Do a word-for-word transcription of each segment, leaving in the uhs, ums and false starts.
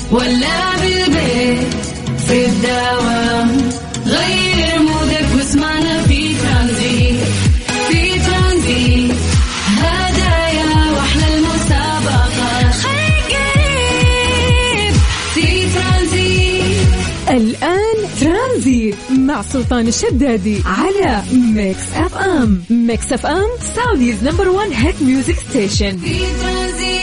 ولا بالبيت في الدوام، غير مودك واسمعنا في ترانزيت. في ترانزيت هدايا واحلى المسابقة، خليك قريب في ترانزيت. الآن ترانزيت مع سلطان الشدادي على ميكس اف ام. ميكس اف ام سعوديز نمبر وان هيت ميوزك ستيشن. في ترانزيت.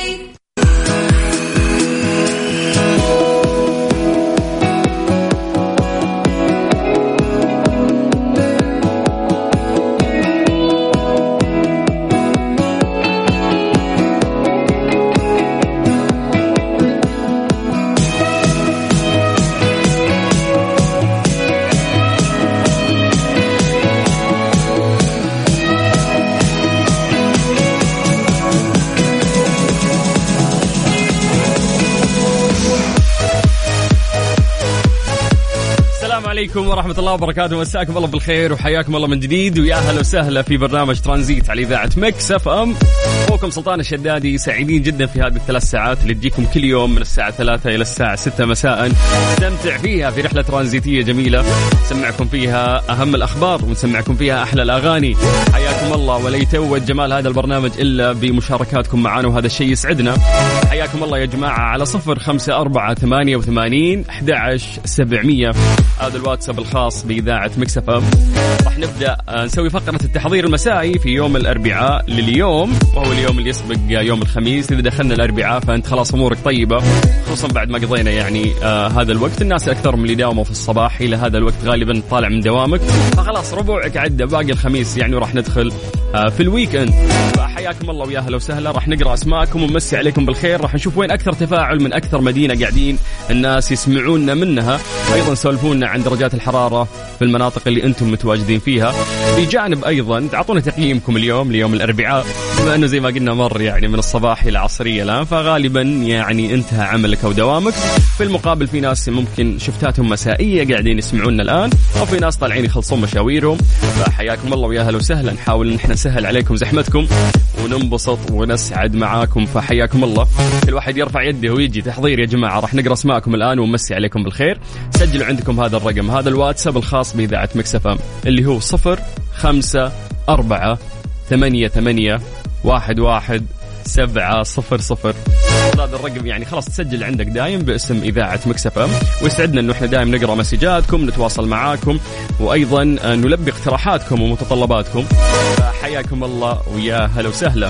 عليكم ورحمة الله وبركاته. مساكم الله بالخير وحياكم الله من جديد، ويا هلا وسهلا في برنامج ترانزيت على إذاعة ميكس اف ام. أخوكم سلطان الشدادي، سعيدين جدا في هذه الثلاث ساعات اللي تجيكم كل يوم من الساعة ثلاثة إلى الساعة ستة مساء. نستمتع فيها في رحلة ترانزيتية جميلة، نسمعكم فيها أهم الأخبار ونسمعكم فيها أحلى الأغاني. حياكم الله، ولا يتوج جمال هذا البرنامج إلا بمشاركاتكم معنا، وهذا الشيء يسعدنا. حياكم الله يا جماعة على صفر خمسة أربعة ثمانية وثمانين أحد عشر سبعمية، هذا الواتساب الخاص بإذاعة ميكس اف ام. راح نبدأ نسوي فقرة التحضير المسائي في يوم الأربعاء لليوم، وهو اليوم اللي يسبق يوم الخميس. إذا دخلنا الأربعاء فأنت خلاص أمورك طيبة، خصوصا بعد ما قضينا يعني آه هذا الوقت. الناس أكثر من اللي داوموا في الصباح إلى هذا الوقت غالبا طالع من دوامك، فخلاص ربوعك عدى، باقي الخميس يعني، وراح ندخل آه في الويكند. فحياكم الله ويا هلا وسهلا. راح نقرأ أسماءكم ونمسي عليكم بالخير. راح نشوف وين أكثر تفاعل من أكثر مدينة قاعدين الناس يسمعونا منها. أيضا سولفونا عن درجات الحرارة في المناطق اللي أنتم متواجدين فيها. بجانب أيضا تعطونا تقييمكم اليوم ليوم الأربعاء، بما أنه زي ما قلنا مر يعني من الصباح إلى عصرية الآن، فغالبا يعني انتهى عملك أو دوامك. في المقابل في ناس ممكن شفتاتهم مسائية قاعدين يسمعونا الآن، أو في ناس طالعين يخلصون مشاويرهم. فحياكم الله ويا هلا وسهلا. نحاول إن احنا نسهل عليكم زحمتكم وننبسط ونسعد معاكم، فحياكم الله. كل واحد يرفع يده ويجي تحضير يا جماعة. راح نقرأ اسماءكم الآن ونمسي عليكم بالخير. سجلوا عندكم هذا الرقم، هذا الواتساب الخاص بإذاعة ميكس اف ام اللي هو صفر خمسة أربعة ثمانية ثمانية واحد واحد سبعة صفر صفر. هذا الرقم يعني خلاص تسجل عندك دايم باسم إذاعة ميكس اف ام، ويسعدنا إنه إحنا دايم نقرأ مسجاتكم، نتواصل معاكم، وأيضا نلبي اقتراحاتكم ومتطلباتكم. فحياكم الله ويا هلا وسهلا.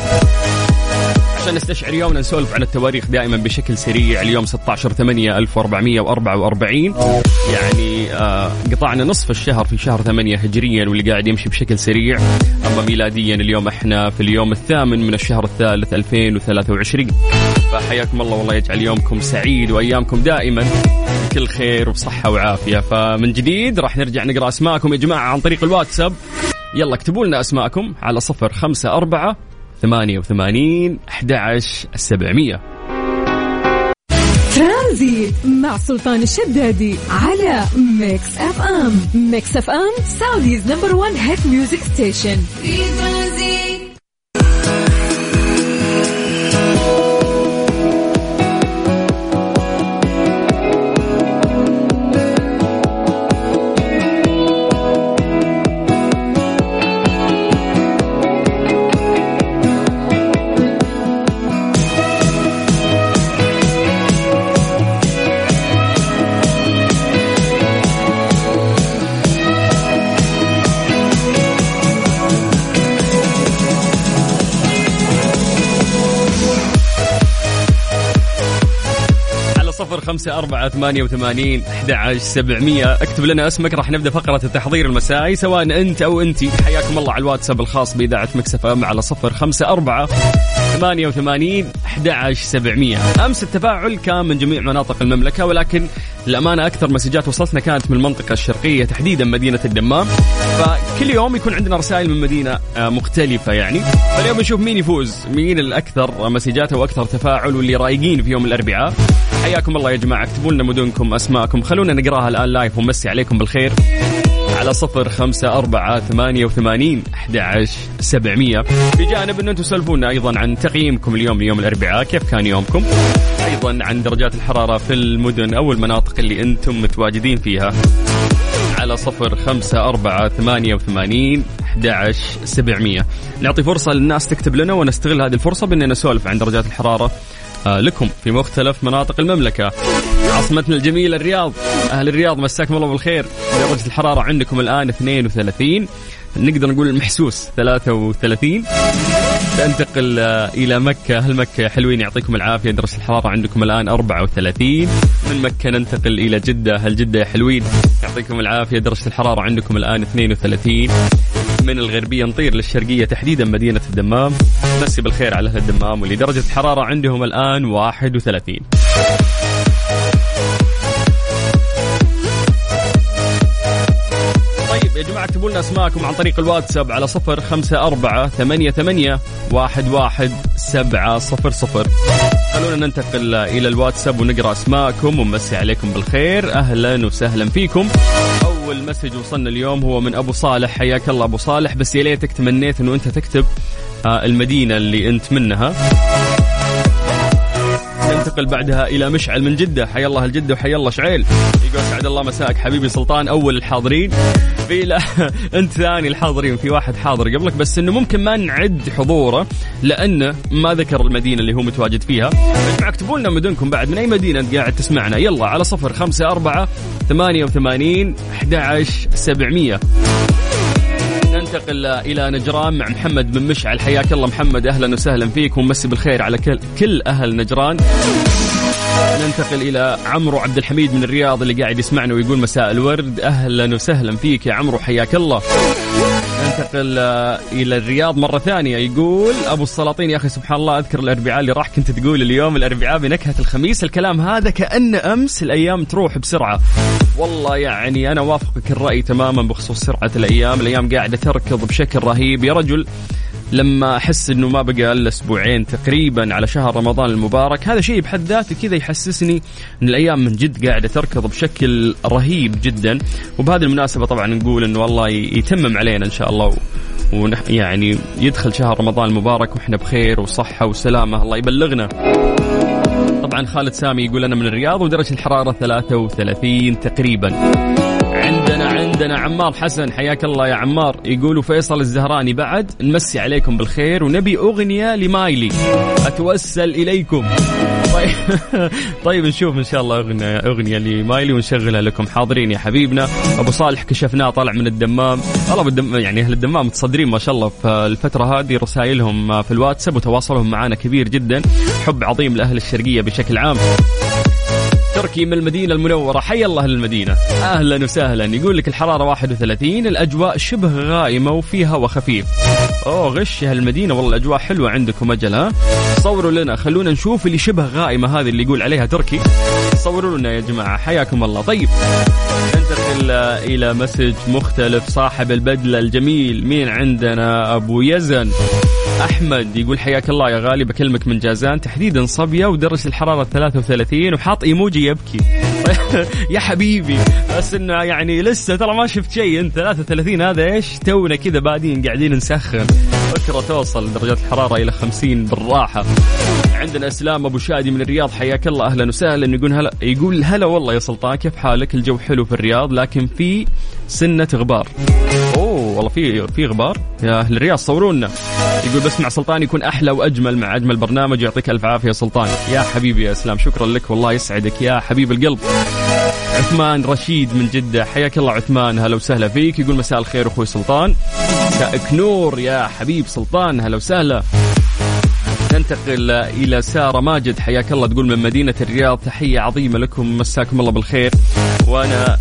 عشان نستشعر يومنا نسولف عن التواريخ دائما بشكل سريع. اليوم ستة عشر ثمانية ألف وأربعمية وأربعة وأربعين، يعني آه قطعنا نصف الشهر في شهر ثمانية هجريا، واللي قاعد يمشي بشكل سريع. أما ميلاديا اليوم احنا في اليوم الثامن من الشهر الثالث ألفين وثلاثة وعشرين. فحياكم الله، والله يجعل يومكم سعيد وأيامكم دائما بكل خير وبصحة وعافية. فمن جديد راح نرجع نقرأ أسماءكم يا جماعة عن طريق الواتساب. يلا اكتبوا لنا أسماءكم على صفر خمسة أربعة ثمانية وثمانين أحد عشر سبعمية. ترانزيت مع سلطان الشدادي على ميكس اف ام. ميكس اف ام سعوديز نمبر وان هيت ميوزك ستيشن. في ترانزيت. خمسة أربعة ثمانية وثمانين أحد عشر سبعمية. اكتب لنا اسمك. راح نبدأ فقرة التحضير المسائي سواء أنت أو أنتي. حياكم الله على الواتساب الخاص بإذاعة ميكس اف ام على صفر خمسة أربعة ثمانية وثمانين أحد عشر سبعمية. أمس التفاعل كان من جميع مناطق المملكة، ولكن الأمانة أكثر مسجات وصلتنا كانت من المنطقة الشرقية تحديدا مدينة الدمام. فكل يوم يكون عندنا رسائل من مدينة مختلفة يعني. فاليوم نشوف مين يفوز، مين الأكثر مسجات وأكثر تفاعل واللي رايقين في يوم الأربعاء. حياكم الله يا جماعة. اكتبوا لنا مدنكم، أسماءكم، خلونا نقراها الآن لايف ونمسي عليكم بالخير على صفر خمسة أربعة ثمانية وثمانين أحد عشر سبعمية. بجانب أن أنتم تسولفونا أيضا عن تقييمكم اليوم ليوم الأربعاء، كيف كان يومكم، أيضا عن درجات الحرارة في المدن أو المناطق اللي أنتم متواجدين فيها على صفر خمسة أربعة ثمانية وثمانين أحد عشر سبعمية. نعطي فرصة للناس تكتب لنا ونستغل هذه الفرصة بأننا نسولف عن درجات الحرارة لكم في مختلف مناطق المملكة. عاصمتنا الجميلة الرياض، أهل الرياض مساكم الله بالخير. درجة الحرارة عندكم الآن اثنين وثلاثين، نقدر نقول المحسوس ثلاثة وثلاثين. ننتقل إلى مكة، أهل مكة حلوين يعطيكم العافية، درجة الحرارة عندكم الآن أربعة وثلاثين. من مكة ننتقل إلى جدة، أهل جدة حلوين يعطيكم العافية، درجة الحرارة عندكم الآن اثنين وثلاثين. من الغربية نطير للشرقية تحديدا مدينة الدمام، مسي بالخير على أهل الدمام واللي درجة الحرارة عندهم الآن واحد وثلاثين. طيب يا جماعة اكتبوا لنا اسماءكم عن طريق الواتساب على صفر خمسة أربعة ثمانية ثمانية واحد واحد سبعة صفر صفر. خلونا ننتقل إلى الواتساب ونقرأ اسماءكم ومسي عليكم بالخير، أهلا وسهلا فيكم. أول مسج وصلنا اليوم هو من أبو صالح، حياك الله أبو صالح، بس يا ليتك تمنيت إنه أنت تكتب المدينة اللي أنت منها. ننتقل بعدها إلى مشعل من جدة، حيا الله الجدة وحيا الله شعيل، يقول سعد الله مساك حبيبي سلطان، أول الحاضرين في لا أنت ثاني الحاضرين، في واحد حاضر قبلك بس إنه ممكن ما نعد حضوره لأنه ما ذكر المدينة اللي هو متواجد فيها. اكتبوا لنا مدنكم بعد، من أي مدينة أنت قاعد تسمعنا، يلا على صفر خمسة أربعة ثمانية وثمانين أحد عشر سبعمية. ننتقل إلى نجران مع محمد من مشعل، حياك الله محمد، أهلا وسهلا فيك ومسي بالخير على كل, كل أهل نجران. ننتقل إلى عمرو عبد الحميد من الرياض اللي قاعد يسمعنا ويقول مساء الورد، أهلا وسهلا فيك يا عمرو حياك الله. ننتقل إلى الرياض مرة ثانية، يقول أبو السلاطين يا أخي سبحان الله أذكر الأربعاء اللي راح كنت تقول اليوم الأربعاء بنكهة الخميس، الكلام هذا كأن أمس، الأيام تروح بسرعة والله. يعني أنا وافقك الرأي تماما بخصوص سرعة الأيام، الأيام قاعدة تركض بشكل رهيب يا رجل. لما أحس أنه ما بقى إلا أسبوعين تقريبا على شهر رمضان المبارك، هذا شيء بحد ذاته كذا يحسسني أن الأيام من جد قاعدة تركض بشكل رهيب جدا. وبهذه المناسبة طبعا نقول أنه والله يتمم علينا إن شاء الله، ونح يعني يدخل شهر رمضان المبارك وإحنا بخير وصحة وسلامة، الله يبلغنا. طبعا خالد سامي يقول أنا من الرياض ودرجة الحرارة ثلاثة وثلاثين تقريبا. عندنا عندنا عمار حسن، حياك الله يا عمار، يقولوا فيصل الزهراني بعد نمسي عليكم بالخير ونبي أغنية لمايلي أتوسل إليكم. طيب طيب نشوف إن شاء الله أغنية أغنية لمايلي ونشغلها لكم، حاضرين يا حبيبنا. أبو صالح كشفناه طالع من الدمام، والله بالدم يعني أهل الدمام متصدرين ما شاء الله في الفترة هذه، رسائلهم في الواتساب وتواصلهم معنا كبير جدا، حب عظيم لأهل الشرقية بشكل عام. تركي من المدينة المنورة، حي الله للمدينة، أهلا وسهلا. يقول لك الحرارة واحد وثلاثين، الأجواء شبه غائمة وفي هواء خفيف. أوه غش هالمدينة والله الأجواء حلوة عندكم أجل، ها صوروا لنا، خلونا نشوف اللي شبه غائمة هذه اللي يقول عليها تركي، صوروا لنا يا جماعة حياكم الله. طيب ننتقل إلى مسج مختلف، صاحب البدلة الجميل مين عندنا؟ أبو يزن أحمد يقول حياك الله يا غالي، بكلمك من جازان تحديدا صبية ودرجة الحرارة ثلاثة وثلاثين وحاط إيموجي يبكي. يا حبيبي بس إنه يعني لسه ترى ما شفت شيء، أنت ثلاثة وثلاثين هذا إيش تونا كذا بادين قاعدين نسخن، بكرة توصل درجات الحرارة إلى خمسين بالراحة. عندنا إسلام أبو شادي من الرياض، حياك الله أهلا وسهلا، يقول هلا يقول هلا والله يا سلطان كيف حالك؟ الجو حلو في الرياض لكن في سنة غبار. أوه والله في في غبار يا أهل الرياض، صورونا. يقول بسمع سلطان يكون أحلى وأجمل مع أجمل برنامج، يعطيك ألف عافية يا سلطان. يا حبيبي يا إسلام شكرا لك والله يسعدك يا حبيب القلب. عثمان رشيد من جدة، حياك الله عثمان هلا وسهلا فيك، يقول مساء الخير أخوي سلطان. شائك نور يا حبيب سلطان هلا وسهلا. ننتقل إلى سارة ماجد، حياك الله، تقول من مدينة الرياض تحية عظيمة لكم مساكم الله بالخير. وأنا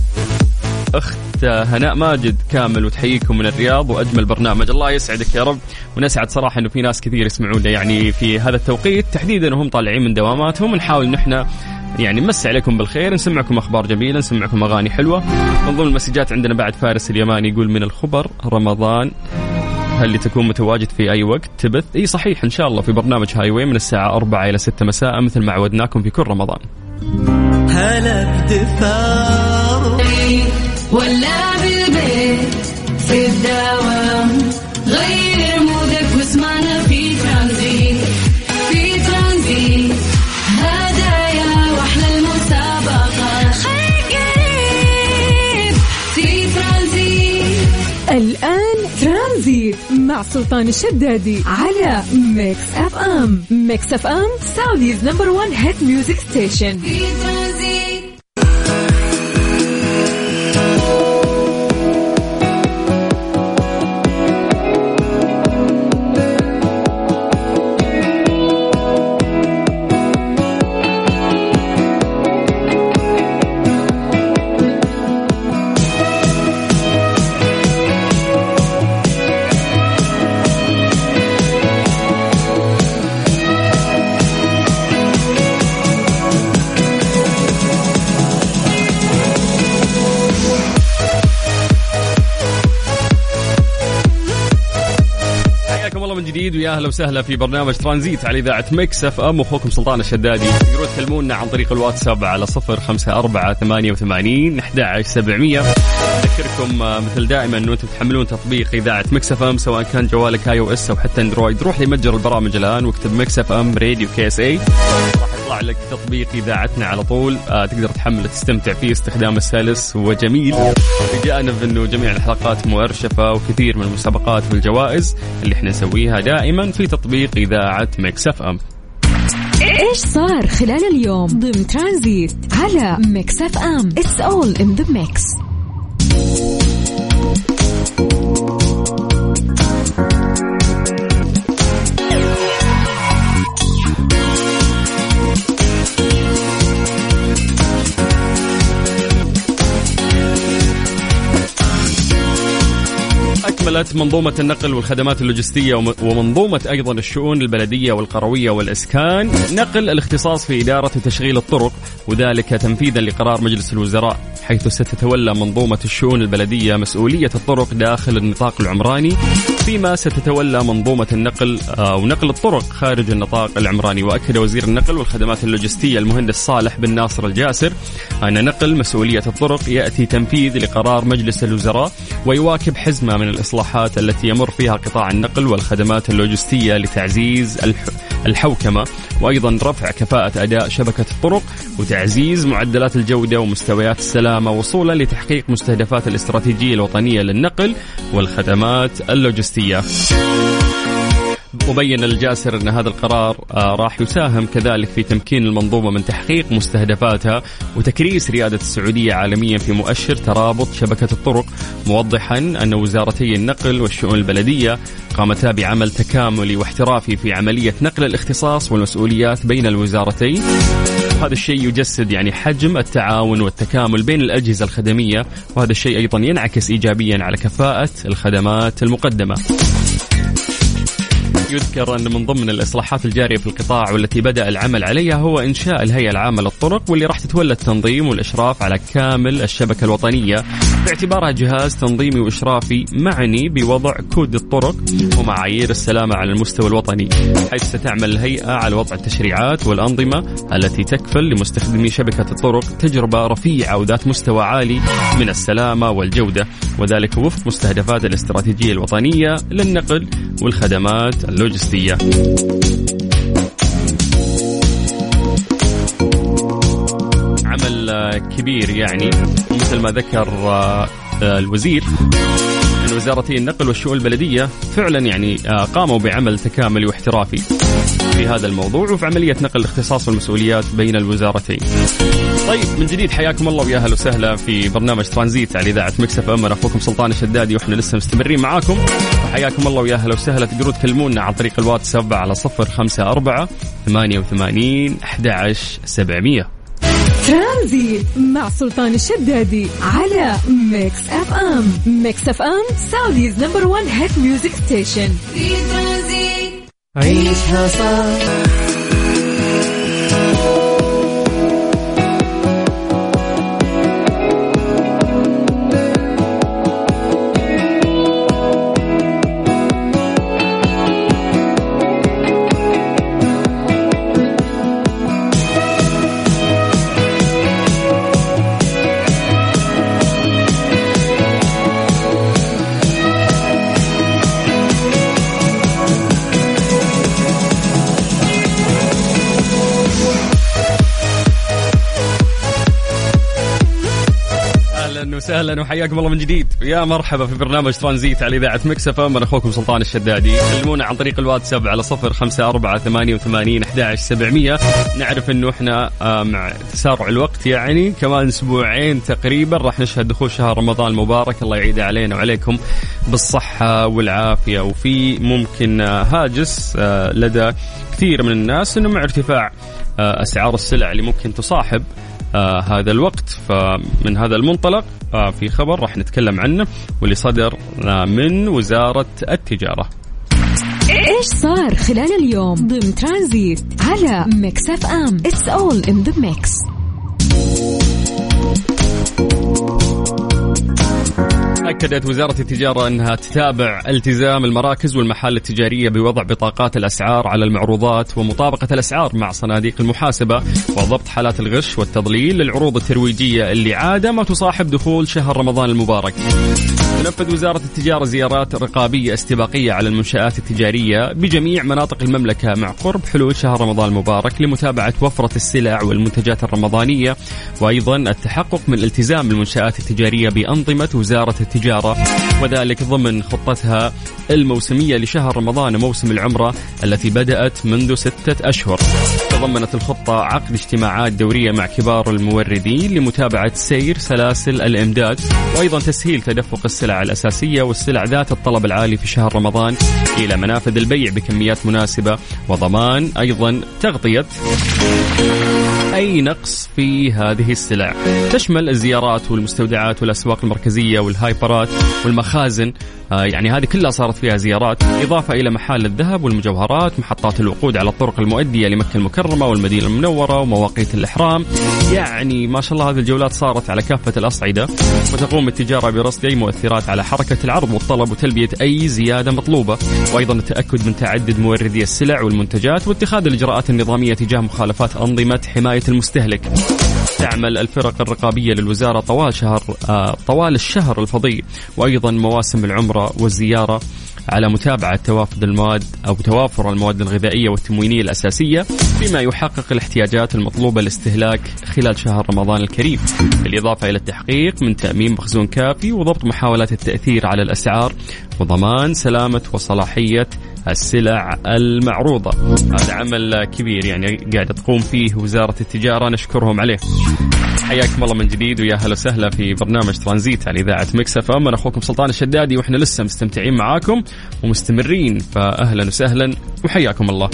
أخت هناء ماجد كامل وتحييكم من الرياض وأجمل برنامج، الله يسعدك يا رب. ونسعد صراحة أنه في ناس كثير يسمعونا يعني في هذا التوقيت تحديدا وهم طالعين من دواماتهم، نحاول نحن يعني نمسي عليكم بالخير، نسمعكم أخبار جميلة، نسمعكم أغاني حلوة. من ضمن المسجات عندنا بعد فارس اليماني يقول من الخبر رمضان هل لتكون متواجد في أي وقت تبث؟ إيه صحيح إن شاء الله في برنامج هاي واي من الساعة أربعة إلى ستة مساء مثل ما عودناكم في كل رمضان. هلا بدفاع ولا بالبيت البيت في الدوام غير مودك واسمعنا في ترانزيت. في ترانزيت هدايا واحلى المسابقة خليك قريب في ترانزيت. الآن ترانزيت مع سلطان الشدادي على ميكس اف ام. ميكس اف ام سعوديز نمبر وان هيت ميوزك ستيشن. في ترانزيت ويا اهلا وسهلا في برنامج ترانزيت على اذاعه ميكس اف ام. اخوكم سلطان الشدادي. تقدرون تكلمونا عن طريق الواتساب على صفر خمسة أربعة ثمانية وثمانين أحد عشر سبعمية. اذكركم مثل دائما انه انتم تحملون تطبيق اذاعه ميكس اف ام سواء كان جوالك اي او اس او حتى اندرويد. روح لمتجر البرامج الان واكتب ميكس اف ام راديو كي اس اي، راح يطلع لك تطبيق اذاعتنا على طول. آه تقدر تحمله تستمتع فيه استخدام سلس وجميل، بجانب انه جميع الحلقات مؤرشفه وكثير من المسابقات والجوائز اللي احنا نسويها دائما في تطبيق إذاعة ميكس اف ام. ايش صار خلال اليوم ضمن ترانزيت على ميكس اف ام. It's all in the mix. أكملت منظومة النقل والخدمات اللوجستية ومنظومة أيضا الشؤون البلدية والقروية والإسكان نقل الاختصاص في إدارة وتشغيل الطرق، وذلك تنفيذا لقرار مجلس الوزراء، حيث ستتولى منظومة الشؤون البلدية مسؤولية الطرق داخل النطاق العمراني، فيما ستتولى منظومة النقل أو نقل الطرق خارج النطاق العمراني. وأكد وزير النقل والخدمات اللوجستية المهندس صالح بن ناصر الجاسر أن نقل مسؤولية الطرق يأتي تنفيذ لقرار مجلس الوزراء ويواكب حزمة من الإصلاحات التي يمر فيها قطاع النقل والخدمات اللوجستية لتعزيز الحوكمة وأيضا رفع كفاءة أداء شبكة الطرق وتعزيز معدلات الجودة ومستويات السلامة وصولا لتحقيق مستهدفات الاستراتيجية الوطنية للنقل والخدمات اللوجستية. وبين الجاسر أن هذا القرار راح يساهم كذلك في تمكين المنظومة من تحقيق مستهدفاتها وتكريس ريادة السعودية عالميا في مؤشر ترابط شبكة الطرق، موضحا أن وزارتي النقل والشؤون البلدية قامتا بعمل تكاملي واحترافي في عملية نقل الاختصاص والمسؤوليات بين الوزارتين. وهذا الشيء يجسد يعني حجم التعاون والتكامل بين الأجهزة الخدمية، وهذا الشيء أيضا ينعكس إيجابيا على كفاءة الخدمات المقدمة. يذكر أن من ضمن الإصلاحات الجارية في القطاع والتي بدأ العمل عليها هو إنشاء الهيئة العامة للطرق، واللي راح تتولى التنظيم والإشراف على كامل الشبكة الوطنية باعتبارها جهاز تنظيمي وإشرافي معني بوضع كود الطرق ومعايير السلامة على المستوى الوطني، حيث ستعمل الهيئة على وضع التشريعات والأنظمة التي تكفل لمستخدمي شبكة الطرق تجربة رفيعة وذات مستوى عالي من السلامة والجودة، وذلك وفق مستهدفات الاستراتيجية الوطنية للنقل والخدمات اللوجستية. عمل كبير يعني، مثل ما ذكر الوزير أن وزارتي النقل والشؤون البلدية فعلا يعني قاموا بعمل تكاملي واحترافي في هذا الموضوع وفي عملية نقل الاختصاص والمسؤوليات بين الوزارتين. طيب من جديد حياكم الله ويا اهلا وسهلا في برنامج ترانزيت على إذاعة ميكس اف ام. أنا أخوكم سلطان الشدادي وإحنا لسه مستمرين معاكم، وحياكم الله ويا اهلا وسهلا. تقدروا تكلمونا عن طريق الواتساب على صفر خمسة أربعة ثمانية وثمانين أحد عشر سبعمية. ترانزيت مع سلطان الشدادي على ميكس اف ام. ميكس اف ام سعوديز نمبر وان هيت ميوزك ستيشن. في ترانزيت عيشها صح. وسهلا وحياكم الله من جديد، يا مرحبا في برنامج ترانزيت على إذاعة مكس اف ام. أنا أخوكم سلطان الشدادي. كلمونا عن طريق الواتساب على صفر خمسة أربعة ثمانية وثمانين أحد عشر سبعمية. نعرف إنه إحنا مع تسارع الوقت يعني كمان أسبوعين تقريبا راح نشهد دخول شهر رمضان المبارك، الله يعيد علينا وعليكم بالصحة والعافية. وفي ممكن هاجس لدى كثير من الناس إنه مع ارتفاع أسعار السلع اللي ممكن تصاحب آه هذا الوقت، فمن هذا المنطلق آه في خبر راح نتكلم عنه واللي صدر آه من وزارة التجارة. إيش صار خلال اليوم ضمن ترانزيت على ميكس اف ام. It's all in the mix. أكدت وزارة التجارة أنها تتابع التزام المراكز والمحال التجارية بوضع بطاقات الأسعار على المعروضات ومطابقة الأسعار مع صناديق المحاسبة وضبط حالات الغش والتضليل للعروض الترويجية اللي عادة ما تصاحب دخول شهر رمضان المبارك. تنفذ وزارة التجارة زيارات رقابية استباقية على المنشآت التجارية بجميع مناطق المملكة مع قرب حلول شهر رمضان المبارك لمتابعة وفرة السلع والمنتجات الرمضانية، وأيضا التحقق من التزام المنشآت التجارية بأنظمة وزارة التجارة، وذلك ضمن خطتها الموسمية لشهر رمضان وموسم العمرة التي بدأت منذ ستة أشهر. تضمنت الخطة عقد اجتماعات دورية مع كبار الموردين لمتابعة سير سلاسل الإمداد، وأيضا تسهيل تدفق السلع الأساسية والسلع ذات الطلب العالي في شهر رمضان إلى منافذ البيع بكميات مناسبة، وضمان أيضا تغطية أي نقص في هذه السلع. تشمل الزيارات والمستودعات والأسواق المركزية والهايبرات والمخازن، آه يعني هذه كلها صارت فيها زيارات، إضافة إلى محال الذهب والمجوهرات، محطات الوقود على الطرق المؤدية لمكة المكرمة والمدينة المنورة ومواقيت الإحرام. يعني ما شاء الله هذه الجولات صارت على كافة الأصعدة، وتقوم التجارة برصد أي مؤثرات على حركة العرض والطلب وتلبية أي زيادة مطلوبة، وأيضا التأكد من تعدد موردي السلع والمنتجات واتخاذ الإجراءات النظامية تجاه مخالفات أنظمة حماية المستهلك. تعمل الفرق الرقابية للوزارة طوال شهر آه طوال الشهر الفضي وأيضا مواسم العمرة والزيارة على متابعة توافد المواد أو توافر المواد الغذائية والتموينية الأساسية بما يحقق الاحتياجات المطلوبة لاستهلاك خلال شهر رمضان الكريم، بالإضافة إلى التحقيق من تأمين مخزون كافي وضبط محاولات التأثير على الأسعار وضمان سلامة وصلاحية السلع المعروضة. هذا عمل كبير يعني قاعدة تقوم فيه وزارة التجارة، نشكرهم عليه. حياكم الله من جديد ويا هلا وسهلا في برنامج ترانزيت على إذاعة مكس اف ام. أنا أخوكم سلطان الشدادي وإحنا لسه مستمتعين معاكم ومستمرين، فأهلا وسهلا وحياكم الله.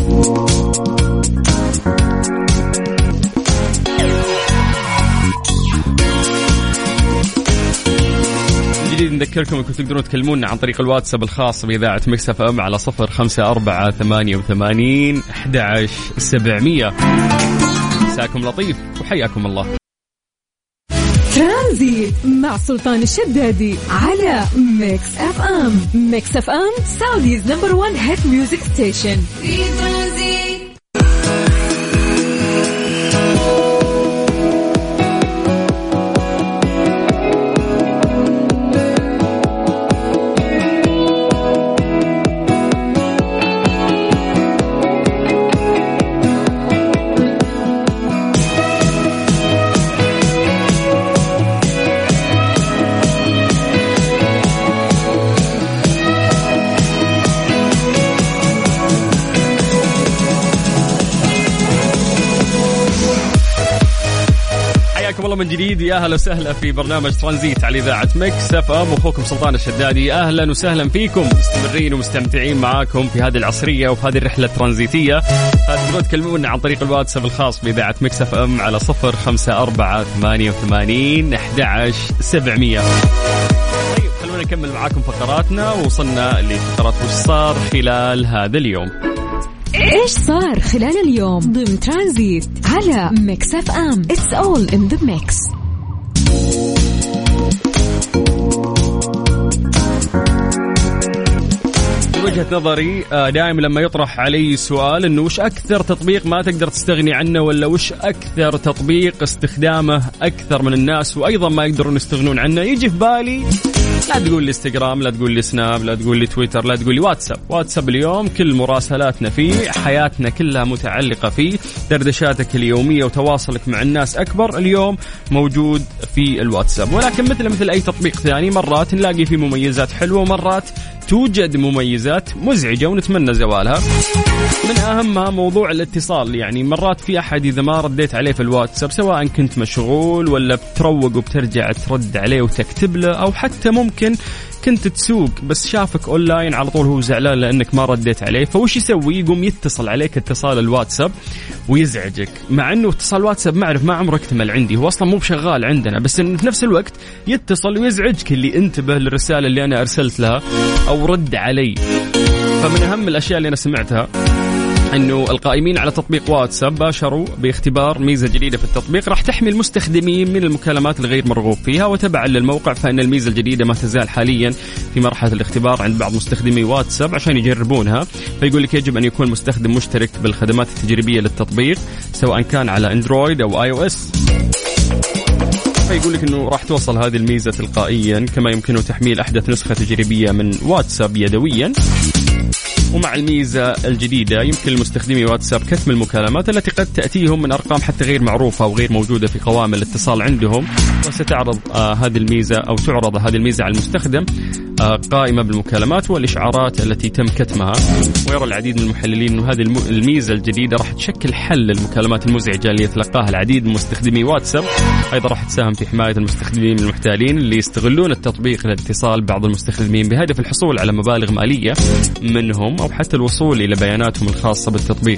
نذكركم أنكم تقدرون تكلمونا عن طريق الواتساب الخاص بإذاعة مكس اف ام على صفر خمسة أربعة ثمانية وثمانين أحد عشر سبعمية. مساكم لطيف وحياكم الله. ترانزيت مع سلطان الشدادي على ميكس اف ام. ميكس اف ام سعوديز نمبر وان هيت ميوزك ستيشن. في ترانزيت من جديد، يا اهلا وسهلا في برنامج ترانزيت على اذاعه مكس اف ام. اخوكم سلطان الشدادي، اهلا وسهلا فيكم، مستمرين ومستمتعين معاكم في هذه العصريه وفي هذه الرحله الترانزيتيه. تقدرون تكلمونا عن طريق الواتساب الخاص باذاعه مكس اف ام على صفر خمسة أربعة ثمانية وثمانين أحد عشر سبعمية. طيب خلونا نكمل معاكم فقراتنا، وصلنا لفقرات وش صار خلال هذا اليوم. إيش صار خلال اليوم ضمن ترانزيت على ميكس اف ام. It's all in the mix. وجهة نظري دائما لما يطرح علي سؤال انه وش اكثر تطبيق ما تقدر تستغني عنه، ولا وش اكثر تطبيق استخدامه اكثر من الناس وايضا ما يقدرون يستغنون عنه، يجي في بالي لا تقول لي انستغرام، لا تقول لي سناب، لا تقول لي تويتر، لا تقول لي واتساب. واتساب اليوم كل مراسلاتنا فيه، حياتنا كلها متعلقة فيه، دردشاتك اليومية وتواصلك مع الناس أكبر اليوم موجود في الواتساب. ولكن مثل مثل أي تطبيق ثاني مرات نلاقي فيه مميزات حلوة ومرات توجد مميزات مزعجة ونتمنى زوالها. من أهمها موضوع الاتصال، يعني مرات في أحد إذا ما رديت عليه في الواتساب سواء كنت مشغول ولا بتروق وبترجع ترد عليه وتكتب له، أو حتى ممكن كنت تسوق بس شافك أونلاين على طول هو زعلان لأنك ما رديت عليه، فوش يسوي؟ يقوم يتصل عليك اتصال الواتساب ويزعجك، مع أنه اتصال واتساب ما أعرف ما عمره اكتمل عندي، هو أصلا مو بشغال عندنا، بس إنه في نفس الوقت يتصل ويزعجك اللي انتبه للرسالة اللي أنا أرسلت لها أو رد علي. فمن أهم الأشياء اللي أنا سمعتها أنه القائمين على تطبيق واتساب باشروا باختبار ميزة جديدة في التطبيق راح تحمي المستخدمين من المكالمات الغير مرغوب فيها. وتبعا للموقع فإن الميزة الجديدة ما تزال حاليا في مرحلة الاختبار عند بعض مستخدمي واتساب عشان يجربونها. فيقول لك يجب أن يكون المستخدم مشترك بالخدمات التجريبية للتطبيق سواء كان على اندرويد أو اي او اس. فيقول لك أنه راح توصل هذه الميزة تلقائيا، كما يمكنه تحميل أحدث نسخة تجريبية من واتساب يدويا. ومع الميزة الجديدة يمكن لمستخدمي واتساب كتم المكالمات التي قد تأتيهم من أرقام حتى غير معروفة أو غير موجودة في قوائم الاتصال عندهم. وستعرض آه هذه الميزة أو تعرض هذه الميزة على المستخدم آه قائمة بالمكالمات والإشعارات التي تم كتمها. ويرى العديد من المحللين أن هذه الميزة الجديدة راح تشكل حل للمكالمات المزعجة اللي يتلقاها العديد من مستخدمي واتساب. أيضا راح تساهم في حماية المستخدمين المحتالين اللي يستغلون التطبيق للاتصال بعض المستخدمين بهدف الحصول على مبالغ مالية منهم أو حتى الوصول إلى بياناتهم الخاصة بالتطبيق.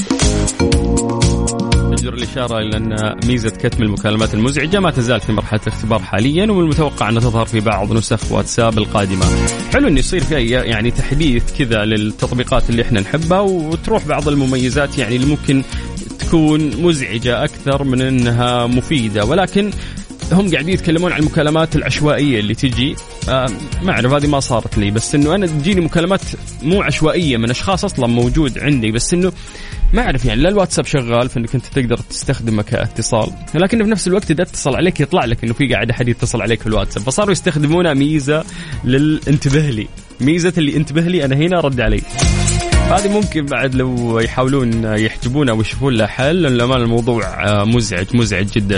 تجدر الإشارة إلى أن ميزة كتم المكالمات المزعجة ما تزال في مرحلة الاختبار حاليا، ومن المتوقع أن تظهر في بعض نسخ واتساب القادمة. حلو أن يصير في يعني تحديث كذا للتطبيقات اللي احنا نحبها وتروح بعض المميزات يعني اللي ممكن تكون مزعجة أكثر من أنها مفيدة. ولكن هم قاعدين يتكلمون عن المكالمات العشوائية اللي تجي، آه ما أعرف هذه ما صارت لي، بس إنه أنا تجيني مكالمات مو عشوائية من أشخاص أصلا موجود عندي، بس إنه ما أعرف يعني لا الواتساب شغال فإنك أنت تقدر تستخدمه كاتصال، لكن في نفس الوقت إذا اتصل عليك يطلع لك إنه في قاعد أحد يتصل عليك في الواتساب، فصاروا يستخدمونها ميزة للانتباه لي، ميزة اللي انتبه لي أنا هنا رد علي. هذه ممكن بعد لو يحاولون يحجبونه ويشوفون له حل، لأن الموضوع مزعج مزعج جدا.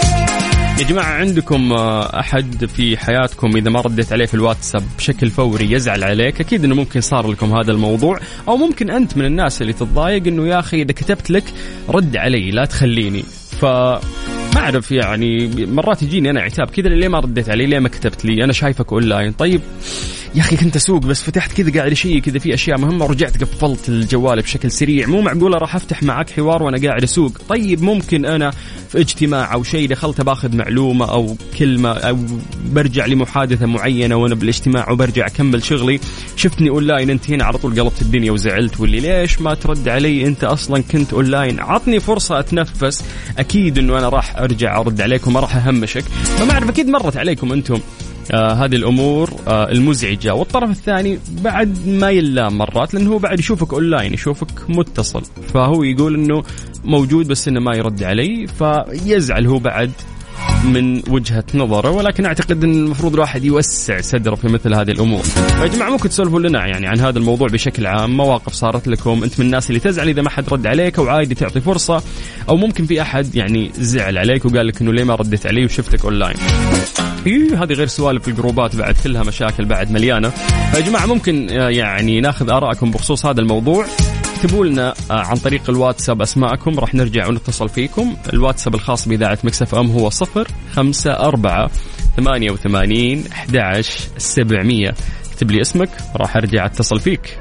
يا جماعة عندكم أحد في حياتكم إذا ما رديت عليه في الواتساب بشكل فوري يزعل عليك؟ أكيد أنه ممكن صار لكم هذا الموضوع، أو ممكن أنت من الناس اللي تتضايق أنه يا أخي إذا كتبت لك رد علي لا تخليني. فما أعرف يعني مرات يجيني أنا عتاب كذا، ليه ما رديت علي، ليه ما كتبت لي، أنا شايفك أونلاين. طيب يا أخي كنت أسوق بس فتحت كذا قاعد شيء كذا في أشياء مهمة ورجعت قفلت الجوال بشكل سريع، مو معقولة راح أفتح معك حوار وأنا قاعد أسوق. طيب ممكن أنا في اجتماع أو شيء دخلت باخذ معلومة أو كلمة أو برجع لمحادثة معينة وأنا بالاجتماع وبرجع أكمل شغلي، شفتني أونلاين أنت هنا على طول قلبت الدنيا وزعلت، واللي ليش ما ترد علي أنت أصلا كنت أونلاين، عطني فرصة أتنفس. أكيد أنه أنا راح أرجع أرد عليكم ما راح أهمشك. فما أعرف أكيد مرت عليكم أنتم آه هذه الأمور آه المزعجة. والطرف الثاني بعد ما يلام مرات لأنه هو بعد يشوفك أونلاين يشوفك متصل، فهو يقول أنه موجود بس أنه ما يرد علي، فيزعل هو بعد من وجهة نظره. ولكن أعتقد أن المفروض الواحد يوسع صدره في مثل هذه الأمور. فيا جماعة ممكن تسولفوا لنا يعني عن هذا الموضوع بشكل عام، مواقف صارت لكم أنت من الناس اللي تزعل إذا ما حد رد عليك أو عادي تعطي فرصة، أو ممكن في أحد يعني زعل عليك وقال لك أنه ليه ما ردت عليه وشفتك أونلاين. إيه هذه غير سوالف في الجروبات بعد كلها مشاكل بعد مليانة. فيا جماعة ممكن يعني ناخذ آراءكم بخصوص هذا الموضوع، اكتبوا لنا عن طريق الواتساب أسماءكم راح نرجع ونتصل فيكم. الواتساب الخاص بإذاعة ميكس اف ام هو صفر خمسة أربعة ثمانية وثمانين أحد عشر سبعمية. اكتب لي اسمك راح أرجع أتصل فيك.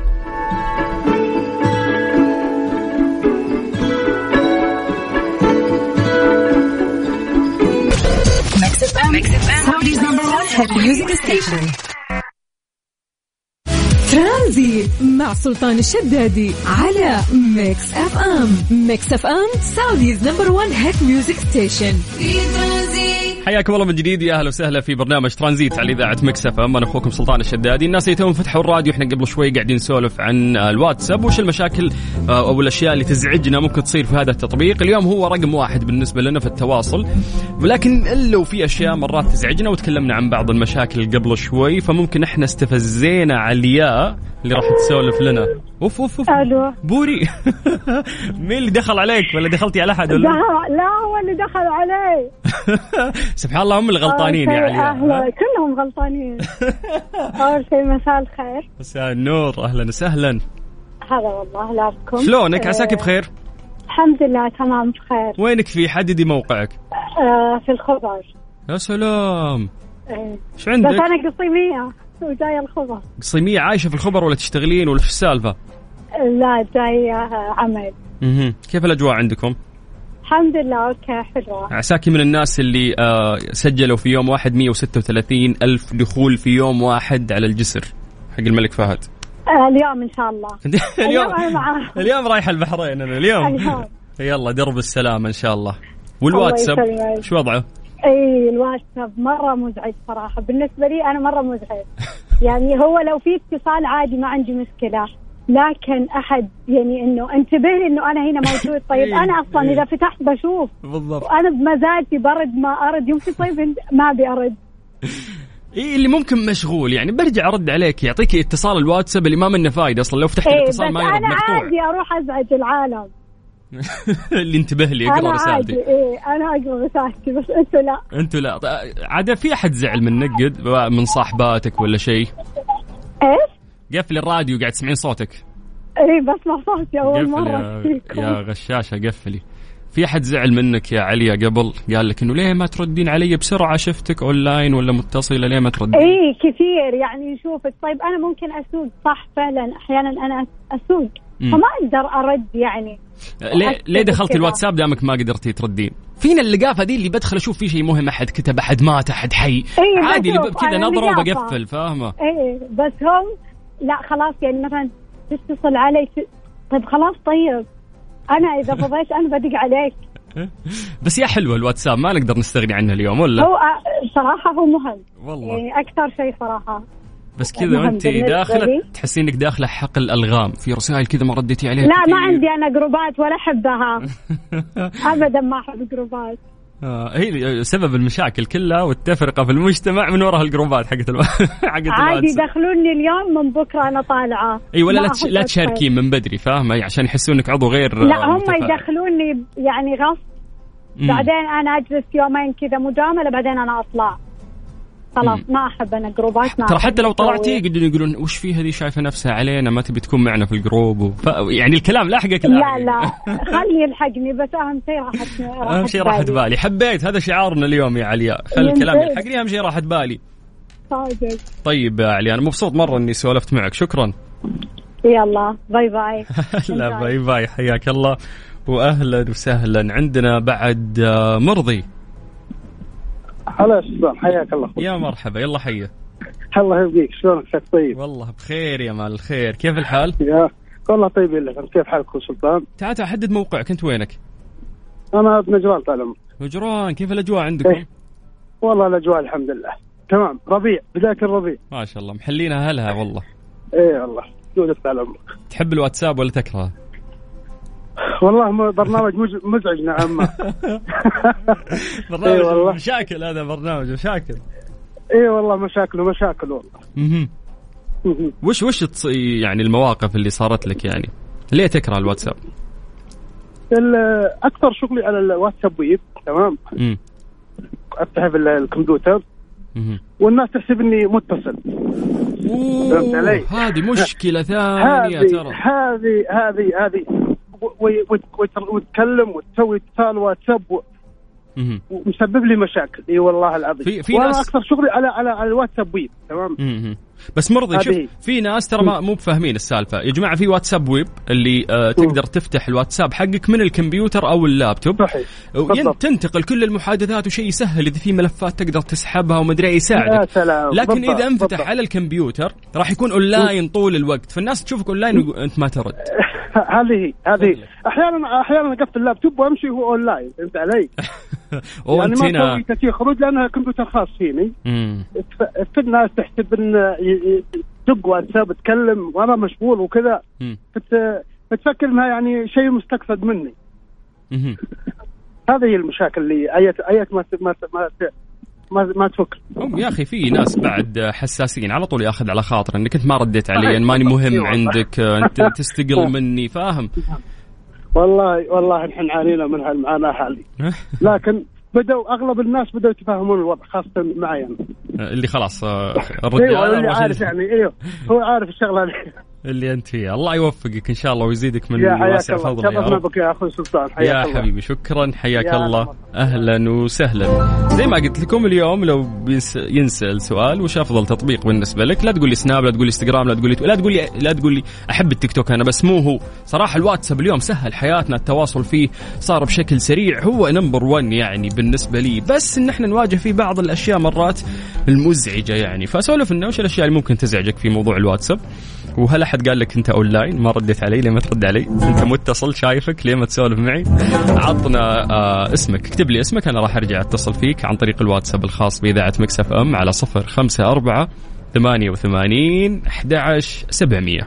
ترانزيت مع سلطان الشدادي على ميكس اف ام. ميكس اف ام سعوديز نمبر وان هيت ميوزك ستيشن. في ترانزيت حياكم الله من جديد، يا اهلا وسهلا في برنامج ترانزيت على اذاعه مكس اف ام. انا اخوكم سلطان الشدادي. الناس اللي توهم فتحوا الراديو، احنا قبل شوي قاعدين نسولف عن الواتساب وش المشاكل او الاشياء اللي تزعجنا ممكن تصير في هذا التطبيق. اليوم هو رقم واحد بالنسبه لنا في التواصل، ولكن لو في اشياء مرات تزعجنا وتكلمنا عن بعض المشاكل قبل شوي، فممكن احنا استفزينا علياء اللي راح تسولف لنا. اوف اوف اوف الو بوري. مين اللي دخل عليك ولا دخلتي على احد ولا؟ لا هو اللي دخل علي. سبحان الله، هم اللي غلطانين يا علياء. أهلا، كلهم غلطانين. اول شيء مساء الخير. مساء النور، اهلا وسهلا. هلا والله لابكم. شلونك؟ عساك بخير؟ الحمد لله تمام بخير. وينك؟ في حددي موقعك. آه في الخبر. يا سلام. ايه ايش عندك؟ بس انا قصيمية وجاية الخبر. قصيمية عايشة في الخبر ولا تشتغلين ولا في السالفة؟ لا جاية عمل. اها كيف الأجواء عندكم؟ الحمد لله اوكي حلوة. عساكي من الناس اللي آه سجلوا في يوم واحد مية وستة وثلاثين ألف دخول في يوم واحد على الجسر حق الملك فهد. آه اليوم ان شاء الله. اليوم اليوم رايح البحرين انا اليوم. اليوم. يلا درب السلامة ان شاء الله. والواتساب شو وضعه؟ اي الواتساب مرة مزعج صراحة بالنسبة لي، انا مرة مزعج. يعني هو لو في اتصال عادي ما عندي مشكلة، لكن أحد يعني إنه انتبه إنه أنا هنا موجود. طيب أنا أصلاً إذا فتحت بشوف بالضبط، وأنا بمزاجي برد ما أرد يوم في طيب ما بأرد. إيه اللي ممكن مشغول يعني برجع أرد عليك، يعطيك اتصال الواتساب اللي ما منه فايدة أصلاً لو فتحت إيه الاتصال ما يرد أنا مقطوع. عادي أروح أزعج العالم. اللي انتبه لي اقرأ رسالتي. إيه أنا أقرأ رسالتي بس أنتوا لا. أنتوا لا. عادة في أحد زعل منك قد من صاحباتك ولا شيء؟ إيش؟ قفل الراديو قاعد تسمعين صوتك. إيه بسمع صوتي أول مرة فيكم. يا غشاشة قفلي. في أحد زعل منك يا عليا قبل قال لك إنه ليه ما تردين علي بسرعة، شفتك أونلاين ولا متصلة ليه ما تردين؟ إيه كثير يعني شوفك. طيب أنا ممكن أسوق صح فعلا، أحيانا أنا أسوق م. فما أقدر أرد يعني. ليه ليه دخلت الواتساب دامك ما قدرتي تردين؟ فينا اللقافة دي اللي بدخل أشوف فيه شيء مهم، أحد كتب أحد مات أحد حي. إيه عادي اللي كذا نظرة وبقفل فاهمة. إيه بس هم لا خلاص يعني مثلا تتصل علي طيب خلاص طيب أنا إذا فضيت أنا بدق عليك. بس يا حلوة الواتساب ما نقدر نستغني عنه اليوم ولا؟ هو صراحة هو مهم والله يعني أكثر شيء صراحة. بس كذا وانت داخلة تحسين انك داخلة حق الألغام في رسائل كذا ما رديتي عليها. لا ما عندي أنا جروبات ولا أحبها. أبدا ما أحب جروبات. آه هي سبب المشاكل كلها والتفرقة في المجتمع من وراء الجروبات حقت الو... حقت عادي دخلوني اليوم من بكرة أنا طالعة. أي ولا لا, تش... لا تشاركين من بدري فاهمة عشان يحسوا انك عضو غير. لا هم يدخلوني يعني غصب. بعدين أنا أجلس يومين كذا مجاملة بعدين أنا أطلع. خلاص ما أحب أنا جروبات. ترى حتى لو طلعتي يقدرون يقولون وش فيه هذه شايفة نفسها علينا ما تبي تكون معنا في الجروب وف... يعني الكلام لاحقك. لا لا خلي يلحقني بس أهم شيء راحت بالي. أهم شيء راحت بالي. حبيت هذا شعارنا اليوم يا علياء، خلي الكلام يلحقني أهم شيء راحت بالي. طيب يا علياء أنا مبسوط مرة إني سولفت معك، شكرا. يلا باي باي. لا باي باي، حياك الله وأهلا وسهلا. عندنا بعد مرضي. هلا سلطان حياك الله. يا مرحبا يلا حيا. الله يبقيك، شلونك شك طيب؟ والله بخير يا مال الخير، كيف الحال؟ يا والله طيب لك، كيف حالكم سلطان؟ تعال أحدد موقعك، أنت وينك؟ أنا بنجران طالما. نجران، كيف الأجواء عندكم؟ إيه؟ والله الأجواء الحمد لله تمام، ربيع بداية الربيع ما شاء الله محلينها هلها والله. إيه والله جودك طال عمرك. تحب الواتساب ولا تكره؟ والله برنامج مزعج نعم. برنامج إيه والله. مشاكل هذا برنامج مشاكل. ايه والله مشاكل ومشاكل والله. اها وش وش تص... يعني المواقف اللي صارت لك يعني ليه تكره الواتساب؟ اكثر شغلي على الواتساب ويب تمام. امم افتح في الكمبيوتر امم والناس تحسب اني متصل. فهمت علي؟ هذه مشكلة ثانية ترى. هذه هذه هذه وتتكلم وتسوي اتصال واتساب ومسبب لي مشاكل. اي والله العظيم. في, في وانا ناس اكثر شغلي على على على الواتساب ويب تمام. مم. بس مرضي شوف في ناس ترى ما مو بفاهمين السالفه يا جماعه. في واتساب ويب اللي آه تقدر تفتح الواتساب حقك من الكمبيوتر او اللابتوب. صحيح. تنتقل كل المحادثات وشيء يسهل اذا في ملفات تقدر تسحبها ومدري يساعدك. لكن بالضبط. اذا انفتح بالضبط. على الكمبيوتر راح يكون اونلاين طول الوقت، فالناس تشوفك اونلاين وانت ما ترد. هذه هذه احيانا احيانا اقفل اللابتوب وامشي هو اونلاين. فهمت علي؟ يعني ما سويت شيء خروج لأنها كمبيوتر خاص فيني. في الناس تحسب إن دق واتساب تكلم وأنا مشغول وكذا، فتفكر إنها يعني شيء مستقصد مني. هذه هي المشاكل اللي آيات آيات ما ما ما ما, ما تفكر. يا أخي في ناس بعد حساسين على طول يأخذ على خاطر إنك أنت ما رديت علي، ماني مهم عندك، أنت تستقل مني، فاهم؟ والله والله نحن عانينا من هالمعاناة حالي، لكن بدأوا أغلب الناس بدأوا يتفاهمون الوضع، خاصة معي أنا اللي خلاص الرجال. أيوة اللي عارف يعني أيوه هو عارف الشغلة اللي اللي أنت فيه. الله يوفقك إن شاء الله ويزيدك من واسع فضله يا رب. بك يا أخوي سلطان، يا حبيبي شكرا، حياك الله، أهلا وسهلا. زي ما قلت لكم اليوم لو ينسأل سؤال وش أفضل تطبيق بالنسبة لك، لا تقول لي سناب، لا تقول لي انستغرام، لا تقول لي لا تقول لي لا تقول لي أحب التيك توك أنا بس مو هو. صراحة الواتساب اليوم سهل حياتنا، التواصل فيه صار بشكل سريع، هو نمبر ون يعني بالنسبة لي، بس إن إحنا نواجه فيه بعض الأشياء مرات المزعجة يعني. فأسولف إنه وش الأشياء اللي ممكن تزعجك في موضوع الواتساب، وهل أحد قال لك أنت أونلاين ما رديت علي، ليه ما ترد علي، أنت متصل شايفك ليه ما تسولف معي. عطنا آه اسمك، اكتب لي اسمك، أنا راح أرجع أتصل فيك عن طريق الواتساب الخاص بإذاعة ميكس اف ام على صفر خمسة أربعة ثمانية وثمانين أحد عشر سبعمية.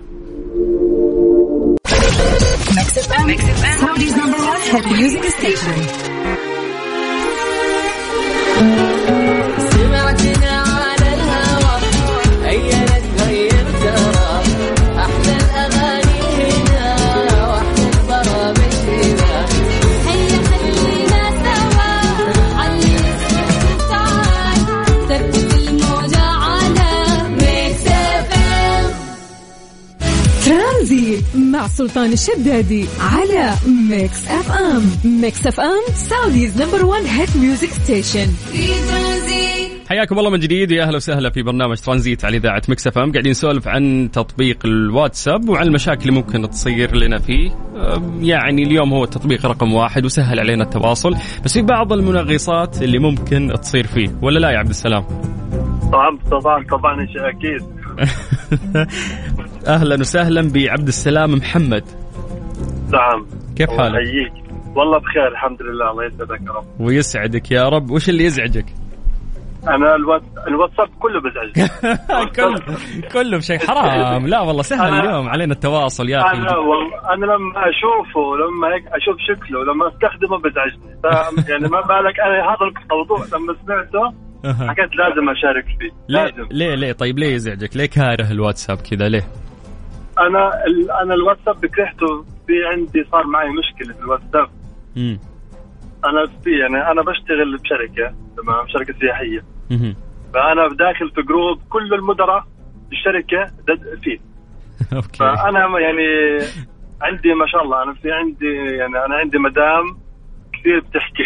مع سلطان الشدادي على ميكس اف ام. ميكس اف ام سعوديز نمبر وان هيت ميوزك ستيشن. حياكم الله من جديد، يا اهلا وسهلا في برنامج ترانزيت على اذاعه ميكس اف ام. قاعدين نسولف عن تطبيق الواتساب وعن المشاكل اللي ممكن تصير لنا فيه. يعني اليوم هو التطبيق رقم واحد وسهل علينا التواصل، بس في بعض المنغصات اللي ممكن تصير فيه، ولا لا يا عبد السلام؟ طبعا طبعا طبعا اكيد. اهلا وسهلا بعبد السلام محمد. نعم كيف حالك؟ حييك والله بخير الحمد لله، الله يسعدك يا رب. ويسعدك يا رب. وش اللي يزعجك؟ انا الواتساب كله بزعجني. كله كله بشيء حرام. لا والله سهل اليوم علينا التواصل يا اخي. انا والله انا لما اشوفه لما هيك اشوف شكله لما استخدمه بزعجني. يعني ما بالك انا هذا الموضوع لما سمعته حكيت لازم أشارك فيه. لازم. ليه ليه طيب ليه يزعجك؟ ليه كاره الواتساب كذا ليه؟ أنا أنا الواتساب بكرهته، في عندي صار معي مشكلة في الواتساب. امم أنا في يعني أنا بشتغل بشركة، تمام، شركة سياحية. امم فأنا بداخل في جروب كل المدراء الشركة فيه. أوكي. فأنا يعني عندي ما شاء الله أنا في عندي يعني أنا عندي مدام كثير بتحكي.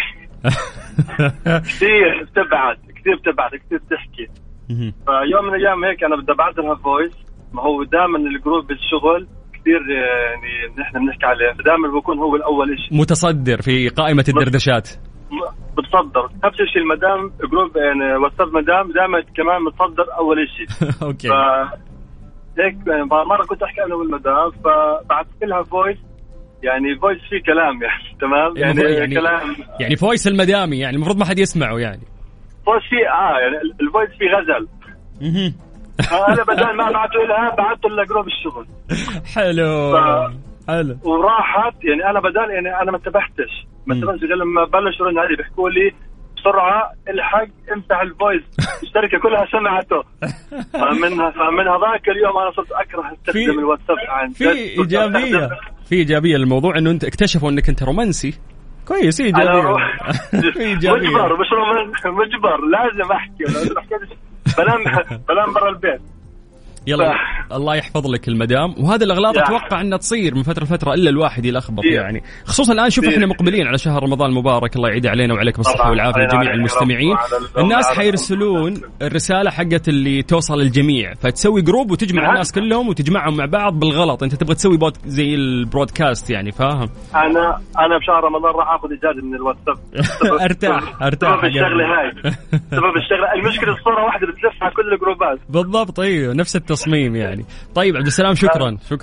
كثير بتبعت كثير بتبعت كثير بتحكي. فيوم من الأيام هيك أنا بدي أبعث لها فويس، ما هو دائما الجروب بالشغل كثير يعني نحن بنحكي عليه، دائما بكون هو الأول شيء متصدر في قائمة الدردشات، بتصدر نفس الشيء. المدام جروب يعني واتساب مدام دائما كمان متصدر أول شيء. أوكي. ف هيك يعني مرة كنت أحكي أنا والمدام، فبعثت لها فويس، يعني فويس فيه كلام يعني تمام يعني, يعني كلام يعني فويس المدامي يعني المفروض ما حد يسمعه يعني. فويس فيه اه يعني الفويس فيه غزل. اها انا بدل ما بعته لها بعته لجروب الشغل. حلو ف... حلو. وراحت يعني انا بدل يعني انا ما انتبهتش ما انتبهتش غير لما بلشوا يرن علي بيحكوا لي بسرعه الحق امسح الفويس، الشركه كلها سمعته. فمنها فمن هذاك اليوم انا صرت اكره استخدم الواتساب. عن في ايجابيه في ايجابيه للموضوع انه انت اكتشفوا انك انت رومانسي كويس. ايجابيه مجبر مش رومانسي مجبر لازم احكي لازم احكي بنام بنام برا البيت. يلا ف... الله يحفظ لك المدام. وهذا الأغلاط أتوقع أنها تصير من فترة لفترة إلا الواحد يلخبط يعني، خصوصا الآن شوف إحنا مقبلين على شهر رمضان المبارك، الله يعيد علينا وعليك بالصحة والعافية جميع المستمعين. الناس حيرسلون الرسالة حقت اللي توصل للجميع، فتسوي جروب وتجمع الناس كلهم وتجمعهم مع بعض بالغلط. أنت تبغى تسوي بوت زي البرودكاست يعني، فاهم؟ أنا أنا بشهر رمضان راح أخذ إجازة من الواتساب. أرتاح أرتاح. سبب الشغلة هاي سبب الشغلة المشكلة الصورة واحدة بتلف على كل الجروبات. بالضبط أيوه نفس التصميم يعني. طيب عبد السلام شكرا شكرا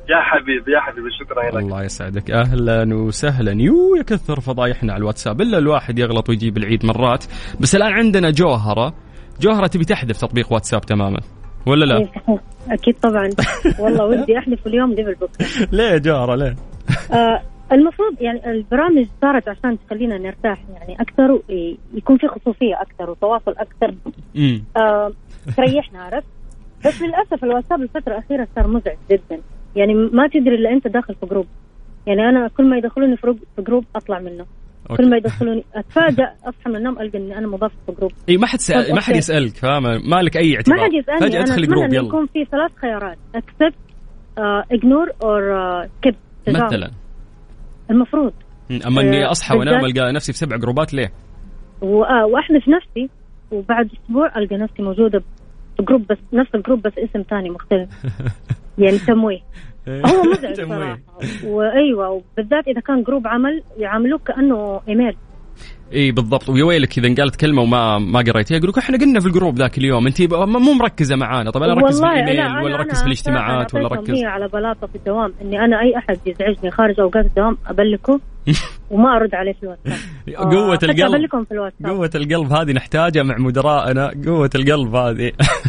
يا حبيبي يا حبيبي شكرا لك. الله يسعدك. أهلا وسهلا. يو يكثر فضايحنا على الواتساب إلا الواحد يغلط ويجيب العيد مرات. بس الآن عندنا جوهرة. جوهرة تبي تحذف تطبيق واتساب تماما ولا لا؟ أكيد طبعا. والله ودي أحذف اليوم قبل بكرة. ليه يا جوهرة ليه؟ آه المفروض يعني البرامج صارت عشان تخلينا نرتاح يعني أكثر ويكون في خصوصية أكثر وتواصل أكثر. آه تريحنا عرفت. بس للأسف الواتساب الفترة الأخيرة صار مزعج جدا يعني ما تدري إلا أنت داخل في جروب. يعني أنا كل ما يدخلوني في جروب أطلع منه. أوكي. كل ما يدخلوني أتفاجأ أصحى من النوم ألقى إني أنا مضاف في جروب. إيه ما حد سأل ما حد يسألك فاهمة ما لك أي اعتبار. ما حد يسألني. فجأة أدخل جروب يلا. يكون في ثلاث خيارات accept uh, ignore or uh, skip. مثلا. المفروض. أما إني أصحى وأنام ألقى نفسي في سبع جروبات ليه؟ وأحذف نفسي وبعد أسبوع ألقى نفسي موجودة في جروب بس نفس الجروب بس اسم تاني مختلف. يعني تمويه. هو مزعج صراحة. وأيوة وبالذات إذا كان جروب عمل يعاملوك كأنه إيميل. اي بالضبط. ويا ويلك اذا قالت كلمه وما ما قريتيها يقولوا احنا قلنا في الجروب ذاك اليوم انت مو مركزه معانا. طب انا اركز في الايميل ولا اركز في الاجتماعات ولا اركز على بلاطه في الدوام اني انا اي احد يزعجني خارج اوقات الدوام ابلكه وما ارد عليه في الواتساب. قوه القلب. ابلكم في الواتساب. قوه القلب هذه نحتاجها مع مدراءنا. قوه القلب هذه.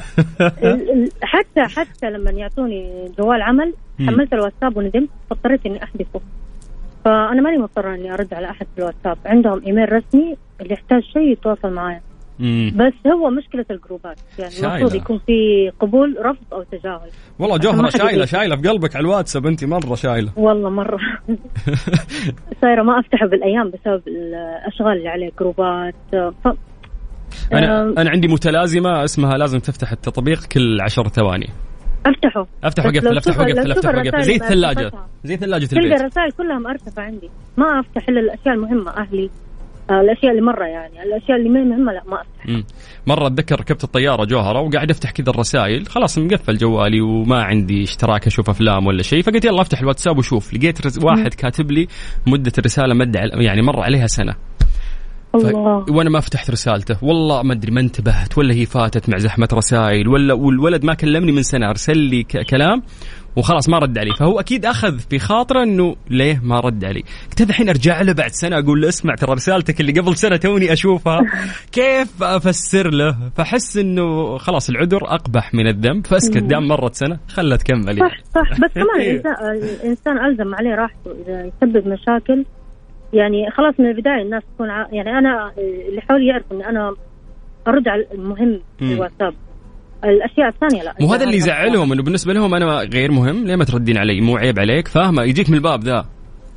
حتى حتى لما يعطوني جوال عمل حملت الواتساب وندمت فاضطريت اني احذفه. فأنا ماني مضطرة إني أرد على أحد في الواتساب. عندهم إيميل رسمي اللي يحتاج شيء يتواصل معايا. بس هو مشكلة الجروبات يعني المفروض يكون في قبول رفض أو تجاهل. والله جوهرة شايلة شايلة في قلبك على الواتساب أنت مرة شايلة. والله مرة. صايرة ما أفتحه بالأيام بسبب الأشغال اللي عليه جروبات. ف... أنا أه... أنا عندي متلازمة اسمها لازم تفتح التطبيق كل عشر ثواني. افتحه افتح وقفل افتح وقفل افتح وقفل زي الثلاجة زي ثلاجة البيت. تلقى الرسائل كلها مرتفعة عندي ما افتح الا الاشياء المهمة اهلي آه الاشياء اللي مرة يعني الاشياء اللي ما مهمة لا ما افتح. مم. مرة اتذكر ركبت الطيارة جوهرة وقاعد افتح كذا الرسائل خلاص مقفل جوالي وما عندي اشتراك اشوف افلام ولا شيء فقلت يلا افتح الواتساب وشوف لقيت رز... واحد كاتب لي مدة الرسالة مد يعني مر عليها سنة. ف... وانا ما فتحت رسالته والله ما ادري ما انتبهت ولا هي فاتت مع زحمه رسائل ولا والولد ما كلمني من سنه ارسل لي ك... كلام وخلاص ما رد علي فهو اكيد اخذ في خاطره انه ليه ما رد علي. كنت الحين ارجع له بعد سنه اقول له اسمع ترى رسالتك اللي قبل سنه توني اشوفها كيف افسر له فحس انه خلاص العذر اقبح من الذنب فاسكت دام مرت سنه خلت تكمل. صح صح بس كمان الانسان الانسان الزم عليه راحته اذا يسبب مشاكل يعني خلاص من البداية الناس تكون ع... يعني أنا اللي حولي يعرف إن أنا أرد على المهم في الواتساب الأشياء الثانية لا. مو هذا اللي يزعلهم إنه بالنسبة لهم أنا غير مهم ليه ما تردين علي مو عيب عليك فاهمة يجيك من الباب ذا.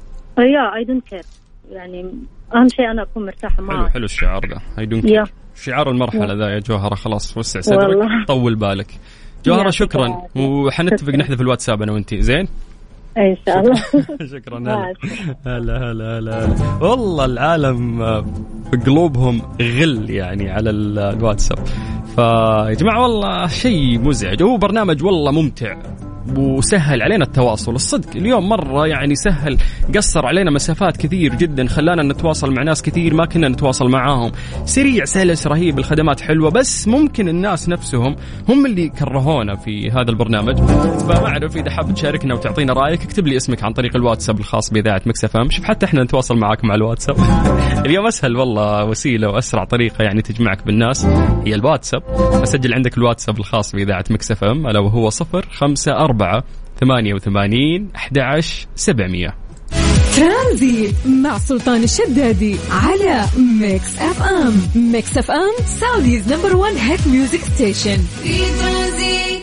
يا I don't care يعني أهم شيء أنا أكون مرتاحة معه. حلو حلو الشعار ده I don't care. شعار المرحلة ذا يا جوهرة خلاص وسع صدرك طول بالك. جوهرة شكرا وحنتفق نحذف الواتساب أنا وأنتي زين. إن شاء الله. شكرا. هلا هلا هلا والله العالم بقلوبهم غل يعني على الواتساب فيا جماعة والله شيء مزعج. هو برنامج والله ممتع وسهل علينا التواصل الصدق اليوم مرة يعني سهل قصر علينا مسافات كثير جدا خلانا نتواصل مع ناس كثير ما كنا نتواصل معاهم سريع سلس رهيب الخدمات حلوة بس ممكن الناس نفسهم هم اللي كرهونا في هذا البرنامج. فما أعرف إذا حاب تشاركنا وتعطينا رأيك اكتب لي اسمك عن طريق الواتساب الخاص بإذاعة مكس اف ام شوف حتى احنا نتواصل معاك مع الواتساب. اليوم أسهل والله وسيلة وأسرع طريقة يعني تجمعك بالناس هي الواتساب. أسجل عندك الواتساب الخاص بإذاعة مكس اف ام ألا وهو صفر خمسة أربعة ثمانية وثمانين أحد عشر سبعمية. ترانزيت مع سلطان الشدادي على ميكس اف ام. ميكس اف ام سعوديز نمبر وان هيت ميوزك ستيشن. في ترانزيت